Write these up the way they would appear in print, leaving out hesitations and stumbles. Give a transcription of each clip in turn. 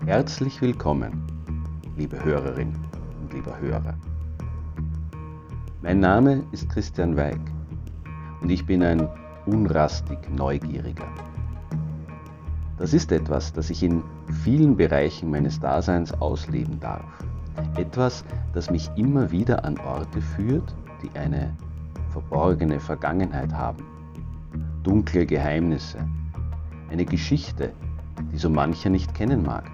Herzlich willkommen, liebe Hörerin und lieber Hörer. Mein Name ist Christian Weig und ich bin ein unrastig Neugieriger. Das ist etwas, das ich in vielen Bereichen meines Daseins ausleben darf. Etwas, das mich immer wieder an Orte führt, die eine verborgene Vergangenheit haben, dunkle Geheimnisse, eine Geschichte, die so mancher nicht kennen mag.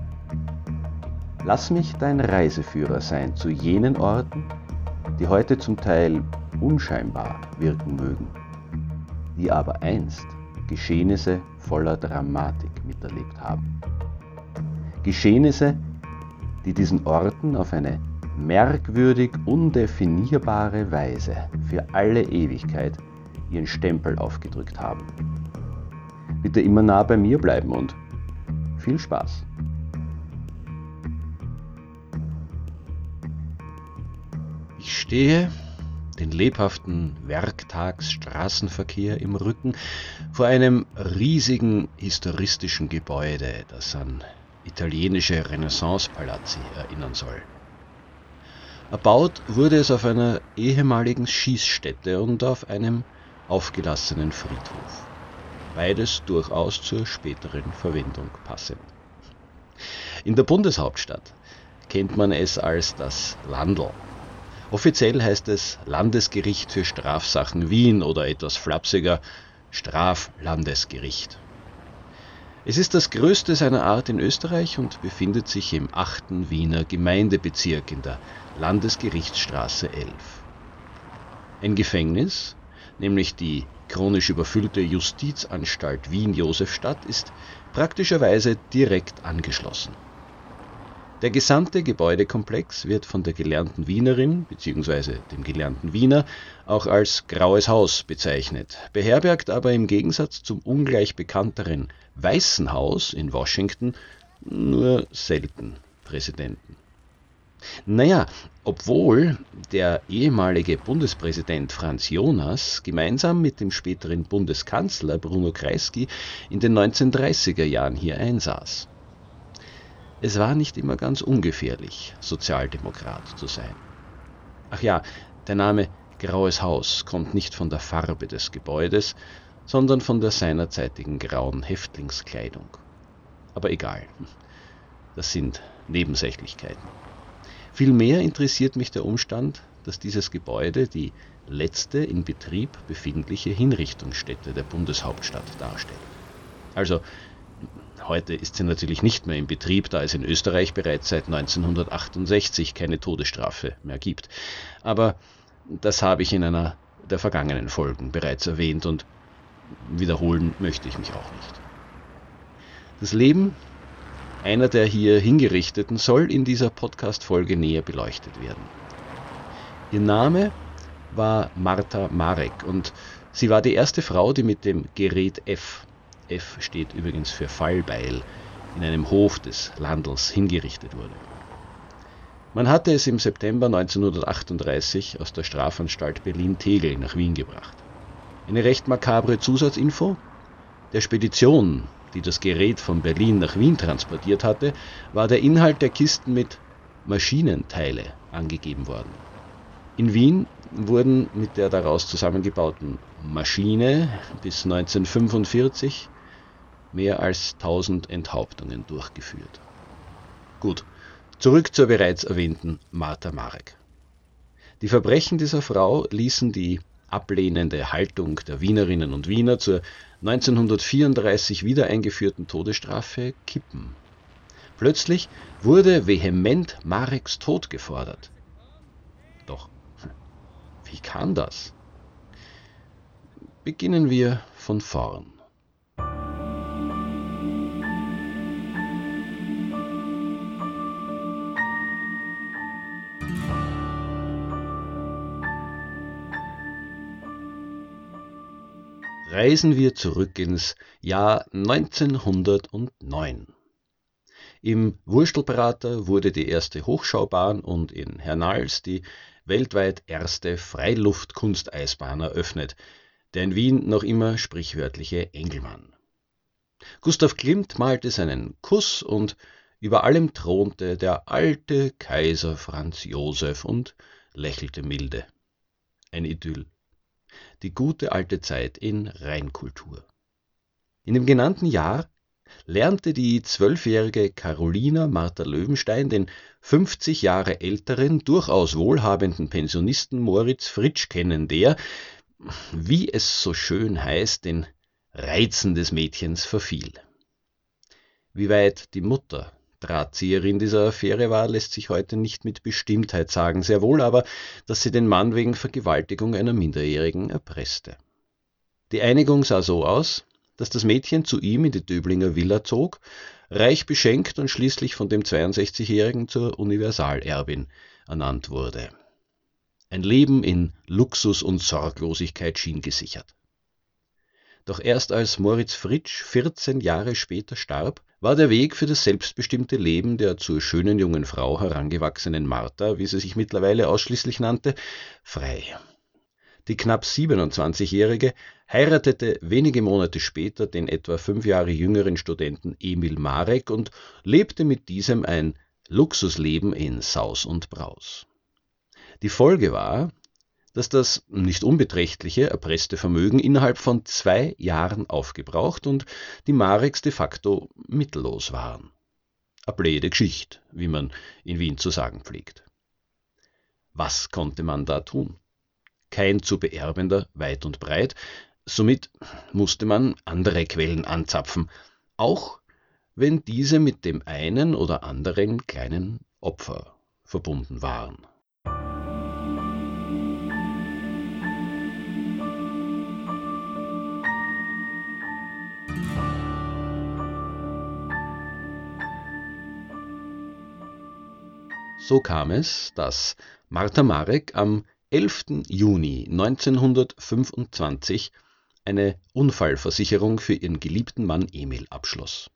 Lass mich dein Reiseführer sein zu jenen Orten, die heute zum Teil unscheinbar wirken mögen, die aber einst Geschehnisse voller Dramatik miterlebt haben. Geschehnisse, die diesen Orten auf eine merkwürdig undefinierbare Weise für alle Ewigkeit ihren Stempel aufgedrückt haben. Bitte immer nah bei mir bleiben und viel Spaß! Ich stehe, den lebhaften Werktagsstraßenverkehr im Rücken, vor einem riesigen historistischen Gebäude, das an italienische Renaissance-Palazzi erinnern soll. Erbaut wurde es auf einer ehemaligen Schießstätte und auf einem aufgelassenen Friedhof. Beides durchaus zur späteren Verwendung passend. In der Bundeshauptstadt kennt man es als das Landl. Offiziell heißt es Landesgericht für Strafsachen Wien oder etwas flapsiger Straflandesgericht. Es ist das größte seiner Art in Österreich und befindet sich im 8. Wiener Gemeindebezirk in der Landesgerichtsstraße 11. Ein Gefängnis, nämlich die chronisch überfüllte Justizanstalt Wien-Josefstadt, ist praktischerweise direkt angeschlossen. Der gesamte Gebäudekomplex wird von der gelernten Wienerin bzw. dem gelernten Wiener auch als Graues Haus bezeichnet, beherbergt aber im Gegensatz zum ungleich bekannteren Weißen Haus in Washington nur selten Präsidenten. Naja, obwohl der ehemalige Bundespräsident Franz Jonas gemeinsam mit dem späteren Bundeskanzler Bruno Kreisky in den 1930er Jahren hier einsaß. Es war nicht immer ganz ungefährlich, Sozialdemokrat zu sein. Ach ja, der Name Graues Haus kommt nicht von der Farbe des Gebäudes, sondern von der seinerzeitigen grauen Häftlingskleidung. Aber egal, das sind Nebensächlichkeiten. Vielmehr interessiert mich der Umstand, dass dieses Gebäude die letzte in Betrieb befindliche Hinrichtungsstätte der Bundeshauptstadt darstellt. Also, heute ist sie natürlich nicht mehr in Betrieb, da es in Österreich bereits seit 1968 keine Todesstrafe mehr gibt. Aber das habe ich in einer der vergangenen Folgen bereits erwähnt und wiederholen möchte ich mich auch nicht. Das Leben einer der hier Hingerichteten soll in dieser Podcast-Folge näher beleuchtet werden. Ihr Name war Martha Marek und sie war die erste Frau, die mit dem Gerät F steht übrigens für Fallbeil, in einem Hof des Landls hingerichtet wurde. Man hatte es im September 1938 aus der Strafanstalt Berlin-Tegel nach Wien gebracht. Eine recht makabre Zusatzinfo: Der Spedition, die das Gerät von Berlin nach Wien transportiert hatte, war der Inhalt der Kisten mit Maschinenteile angegeben worden. In Wien wurden mit der daraus zusammengebauten Maschine bis 1945 mehr als 1000 Enthauptungen durchgeführt. Gut, zurück zur bereits erwähnten Martha Marek. Die Verbrechen dieser Frau ließen die ablehnende Haltung der Wienerinnen und Wiener zur 1934 wieder eingeführten Todesstrafe kippen. Plötzlich wurde vehement Mareks Tod gefordert. Doch, wie kam das? Beginnen wir von vorn. Reisen wir zurück ins Jahr 1909. Im Wurstelprater wurde die erste Hochschaubahn und in Hernals die weltweit erste Freiluft-Kunsteisbahn eröffnet, der in Wien noch immer sprichwörtliche Engelmann. Gustav Klimt malte seinen Kuss und Über allem thronte der alte Kaiser Franz Josef und lächelte milde. Ein Idyll. Die gute alte Zeit in Reinkultur. In dem genannten Jahr lernte die 12-jährige Carolina Martha Löwenstein den 50 Jahre älteren, durchaus wohlhabenden Pensionisten Moritz Fritsch kennen, der, wie es so schön heißt, den Reizen des Mädchens verfiel. Wie weit die Mutter Drahtzieherin dieser Affäre war, lässt sich heute nicht mit Bestimmtheit sagen, sehr wohl aber, dass sie den Mann wegen Vergewaltigung einer Minderjährigen erpresste. Die Einigung sah so aus, dass das Mädchen zu ihm in die Döblinger Villa zog, reich beschenkt und schließlich von dem 62-Jährigen zur Universalerbin ernannt wurde. Ein Leben in Luxus und Sorglosigkeit schien gesichert. Doch erst als Moritz Fritsch 14 Jahre später starb, war der Weg für das selbstbestimmte Leben der zur schönen jungen Frau herangewachsenen Martha, wie sie sich mittlerweile ausschließlich nannte, frei. Die knapp 27-Jährige heiratete wenige Monate später den etwa 5 Jahre jüngeren Studenten Emil Marek und lebte mit diesem ein Luxusleben in Saus und Braus. Die Folge war, dass das nicht unbeträchtliche erpresste Vermögen innerhalb von 2 Jahren aufgebraucht und die Mareks de facto mittellos waren. A blöde Geschichte, wie man in Wien zu sagen pflegt. Was konnte man da tun? Kein zu beerbender weit und breit, somit musste man andere Quellen anzapfen, auch wenn diese mit dem einen oder anderen kleinen Opfer verbunden waren. So kam es, dass Martha Marek am 11. Juni 1925 eine Unfallversicherung für ihren geliebten Mann Emil abschloss.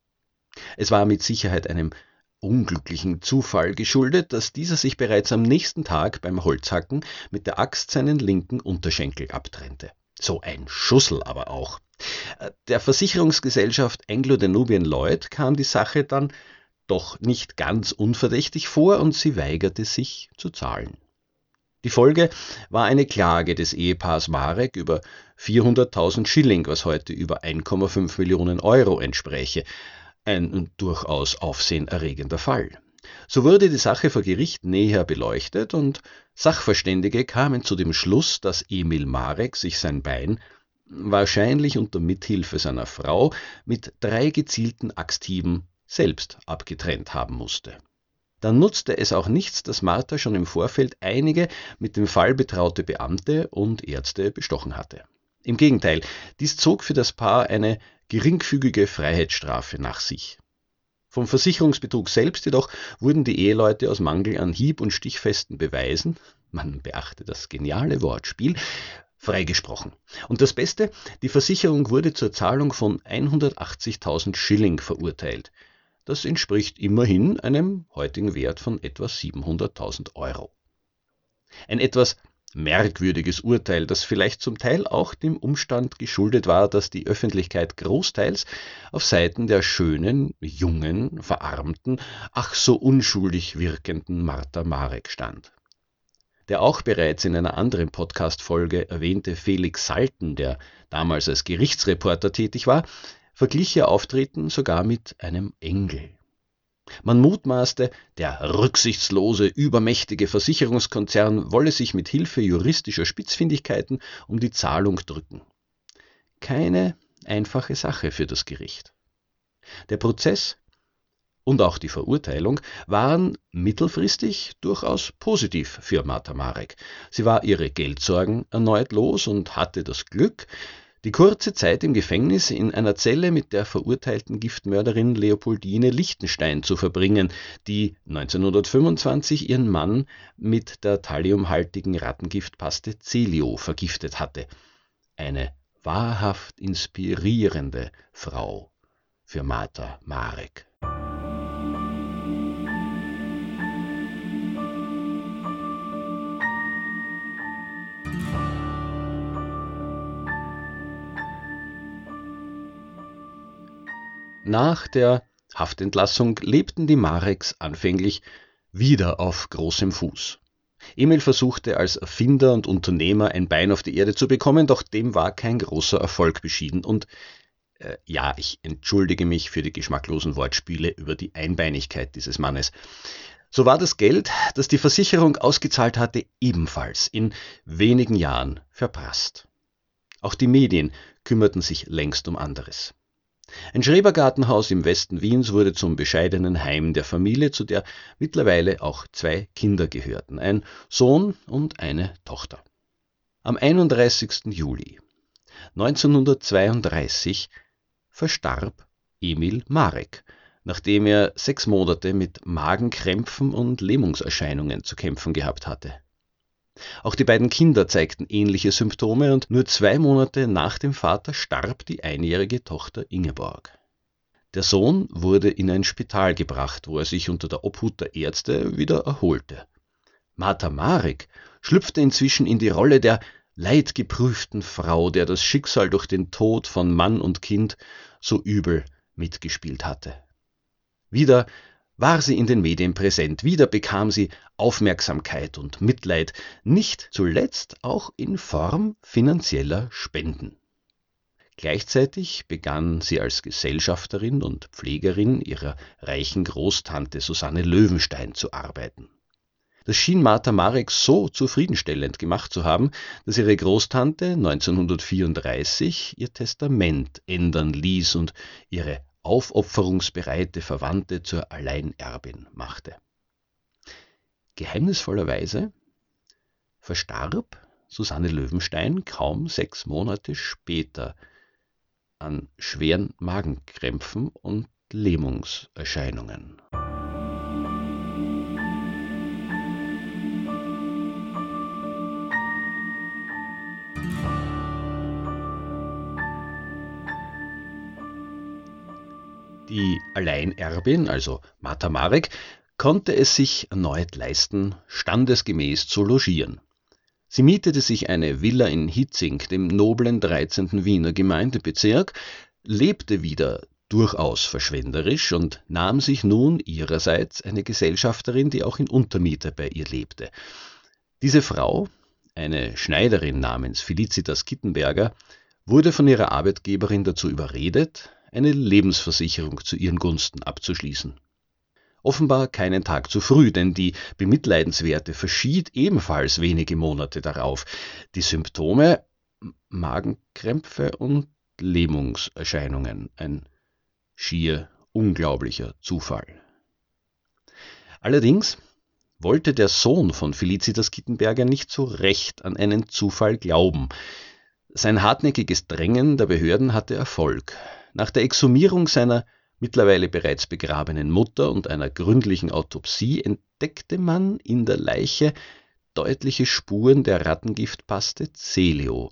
Es war mit Sicherheit einem unglücklichen Zufall geschuldet, dass dieser sich bereits am nächsten Tag beim Holzhacken mit der Axt seinen linken Unterschenkel abtrennte. So ein Schussel aber auch. Der Versicherungsgesellschaft Anglo-Danubian Lloyd kam die Sache dann doch nicht ganz unverdächtig vor und sie weigerte sich zu zahlen. Die Folge war eine Klage des Ehepaars Marek über 400.000 Schilling, was heute über 1,5 Millionen Euro entspräche. Ein durchaus aufsehenerregender Fall. So wurde die Sache vor Gericht näher beleuchtet und Sachverständige kamen zu dem Schluss, dass Emil Marek sich sein Bein, wahrscheinlich unter Mithilfe seiner Frau, mit 3 gezielten Axthieben selbst abgetrennt haben musste. Dann nutzte es auch nichts, dass Martha schon im Vorfeld einige mit dem Fall betraute Beamte und Ärzte bestochen hatte. Im Gegenteil, dies zog für das Paar eine geringfügige Freiheitsstrafe nach sich. Vom Versicherungsbetrug selbst jedoch wurden die Eheleute aus Mangel an hieb- und stichfesten Beweisen, man beachte das geniale Wortspiel, freigesprochen. Und das Beste, die Versicherung wurde zur Zahlung von 180.000 Schilling verurteilt. Das entspricht immerhin einem heutigen Wert von etwa 700.000 Euro. Ein etwas merkwürdiges Urteil, das vielleicht zum Teil auch dem Umstand geschuldet war, dass die Öffentlichkeit großteils auf Seiten der schönen, jungen, verarmten, ach so unschuldig wirkenden Martha Marek stand. Der auch bereits in einer anderen Podcast-Folge erwähnte Felix Salten, der damals als Gerichtsreporter tätig war, verglich ihr Auftreten sogar mit einem Engel. Man mutmaßte, der rücksichtslose, übermächtige Versicherungskonzern wolle sich mit Hilfe juristischer Spitzfindigkeiten um die Zahlung drücken. Keine einfache Sache für das Gericht. Der Prozess und auch die Verurteilung waren mittelfristig durchaus positiv für Martha Marek. Sie war ihre Geldsorgen erneut los und hatte das Glück, die kurze Zeit im Gefängnis in einer Zelle mit der verurteilten Giftmörderin Leopoldine Lichtenstein zu verbringen, die 1925 ihren Mann mit der thalliumhaltigen Rattengiftpaste Celio vergiftet hatte. Eine wahrhaft inspirierende Frau für Martha Marek. Nach der Haftentlassung lebten die Mareks anfänglich wieder auf großem Fuß. Emil versuchte als Erfinder und Unternehmer ein Bein auf die Erde zu bekommen, doch dem war kein großer Erfolg beschieden. Und ja, ich entschuldige mich für die geschmacklosen Wortspiele über die Einbeinigkeit dieses Mannes. So war das Geld, das die Versicherung ausgezahlt hatte, ebenfalls in wenigen Jahren verprasst. Auch die Medien kümmerten sich längst um anderes. Ein Schrebergartenhaus im Westen Wiens wurde zum bescheidenen Heim der Familie, zu der mittlerweile auch 2 Kinder gehörten, ein Sohn und eine Tochter. Am 31. Juli 1932 verstarb Emil Marek, nachdem er 6 Monate mit Magenkrämpfen und Lähmungserscheinungen zu kämpfen gehabt hatte. Auch die beiden Kinder zeigten ähnliche Symptome und nur 2 Monate nach dem Vater starb die einjährige Tochter Ingeborg. Der Sohn wurde in ein Spital gebracht, wo er sich unter der Obhut der Ärzte wieder erholte. Martha Marek schlüpfte inzwischen in die Rolle der leidgeprüften Frau, der das Schicksal durch den Tod von Mann und Kind so übel mitgespielt hatte. Wieder war sie in den Medien präsent, wieder bekam sie Aufmerksamkeit und Mitleid, nicht zuletzt auch in Form finanzieller Spenden. Gleichzeitig begann sie als Gesellschafterin und Pflegerin ihrer reichen Großtante Susanne Löwenstein zu arbeiten. Das schien Martha Marek so zufriedenstellend gemacht zu haben, dass ihre Großtante 1934 ihr Testament ändern ließ und ihre aufopferungsbereite Verwandte zur Alleinerbin machte. Geheimnisvollerweise verstarb Susanne Löwenstein kaum 6 Monate später an schweren Magenkrämpfen und Lähmungserscheinungen. Die Alleinerbin, also Martha Marek, konnte es sich erneut leisten, standesgemäß zu logieren. Sie mietete sich eine Villa in Hietzing, dem noblen 13. Wiener Gemeindebezirk, lebte wieder durchaus verschwenderisch und nahm sich nun ihrerseits eine Gesellschafterin, die auch in Untermiete bei ihr lebte. Diese Frau, eine Schneiderin namens Felicitas Kittenberger, wurde von ihrer Arbeitgeberin dazu überredet, eine Lebensversicherung zu ihren Gunsten abzuschließen. Offenbar keinen Tag zu früh, denn die Bemitleidenswerte verschied ebenfalls wenige Monate darauf. Die Symptome Magenkrämpfe und Lähmungserscheinungen, ein schier unglaublicher Zufall. Allerdings wollte der Sohn von Felicitas Kittenberger nicht so recht an einen Zufall glauben. Sein hartnäckiges Drängen der Behörden hatte Erfolg. Nach der Exhumierung seiner mittlerweile bereits begrabenen Mutter und einer gründlichen Autopsie entdeckte man in der Leiche deutliche Spuren der Rattengiftpaste Celio.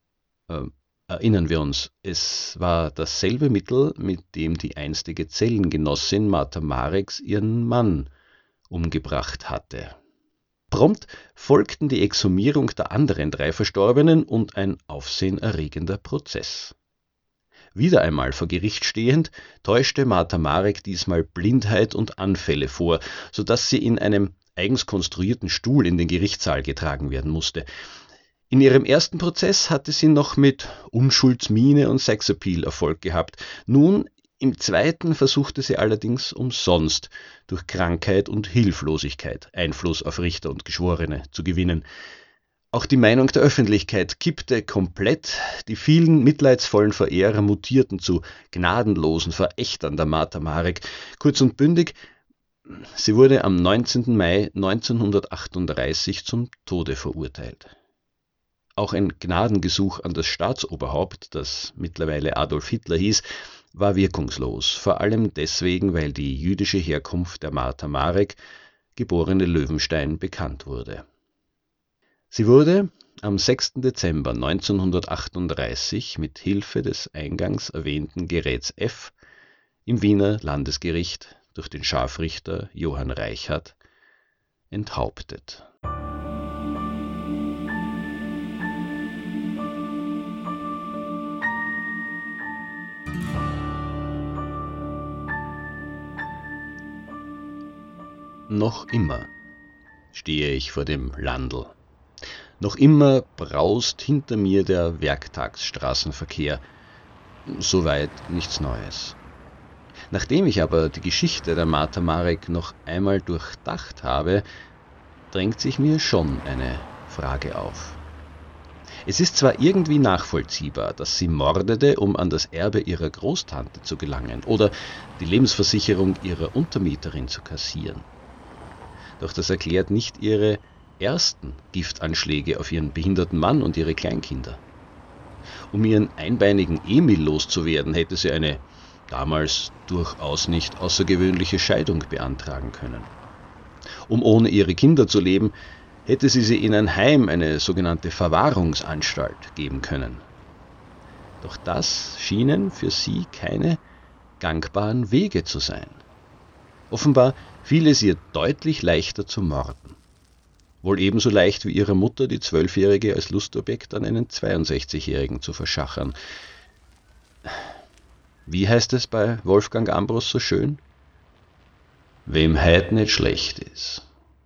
Erinnern wir uns, es war dasselbe Mittel, mit dem die einstige Zellengenossin Martha Mareks ihren Mann umgebracht hatte. Prompt folgten die Exhumierung der anderen 3 Verstorbenen und ein aufsehenerregender Prozess. Wieder einmal vor Gericht stehend, täuschte Martha Marek diesmal Blindheit und Anfälle vor, sodass sie in einem eigens konstruierten Stuhl in den Gerichtssaal getragen werden musste. In ihrem ersten Prozess hatte sie noch mit Unschuldsmiene und Sexappeal Erfolg gehabt. Nun, im zweiten versuchte sie allerdings umsonst, durch Krankheit und Hilflosigkeit Einfluss auf Richter und Geschworene zu gewinnen. Auch die Meinung der Öffentlichkeit kippte komplett, die vielen mitleidsvollen Verehrer mutierten zu gnadenlosen Verächtern der Martha Marek. Kurz und bündig, sie wurde am 19. Mai 1938 zum Tode verurteilt. Auch ein Gnadengesuch an das Staatsoberhaupt, das mittlerweile Adolf Hitler hieß, war wirkungslos, vor allem deswegen, weil die jüdische Herkunft der Martha Marek, geborene Löwenstein, bekannt wurde. Sie wurde am 6. Dezember 1938 mit Hilfe des eingangs erwähnten Geräts F im Wiener Landesgericht durch den Scharfrichter Johann Reichard enthauptet. Noch immer stehe ich vor dem Landl. Noch immer braust hinter mir der Werktagsstraßenverkehr. Soweit nichts Neues. Nachdem ich aber die Geschichte der Martha Marek noch einmal durchdacht habe, drängt sich mir schon eine Frage auf. Es ist zwar irgendwie nachvollziehbar, dass sie mordete, um an das Erbe ihrer Großtante zu gelangen oder die Lebensversicherung ihrer Untermieterin zu kassieren. Doch das erklärt nicht ihre ersten Giftanschläge auf ihren behinderten Mann und ihre Kleinkinder. Um ihren einbeinigen Emil loszuwerden, hätte sie eine damals durchaus nicht außergewöhnliche Scheidung beantragen können. Um ohne ihre Kinder zu leben, hätte sie in ein Heim, eine sogenannte Verwahrungsanstalt, geben können. Doch das schienen für sie keine gangbaren Wege zu sein. Offenbar fiel es ihr deutlich leichter zu morden. Wohl ebenso leicht wie ihrer Mutter, die 12-Jährige als Lustobjekt an einen 62-Jährigen zu verschachern. Wie heißt es bei Wolfgang Ambros so schön? Wem heut nicht schlecht ist.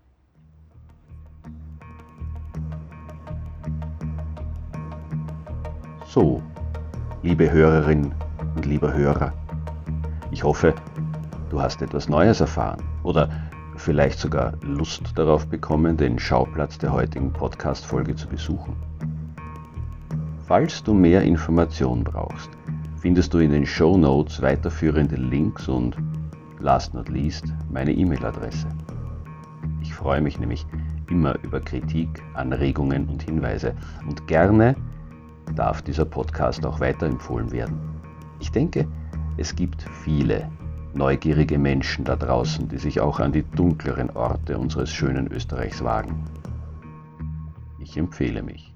So, liebe Hörerin und lieber Hörer, ich hoffe, du hast etwas Neues erfahren oder vielleicht sogar Lust darauf bekommen, den Schauplatz der heutigen Podcast-Folge zu besuchen. Falls du mehr Information brauchst, findest du in den Shownotes weiterführende Links und, last not least, meine E-Mail-Adresse. Ich freue mich nämlich immer über Kritik, Anregungen und Hinweise und gerne darf dieser Podcast auch weiterempfohlen werden. Ich denke, es gibt viele neugierige Menschen da draußen, die sich auch an die dunkleren Orte unseres schönen Österreichs wagen. Ich empfehle mich.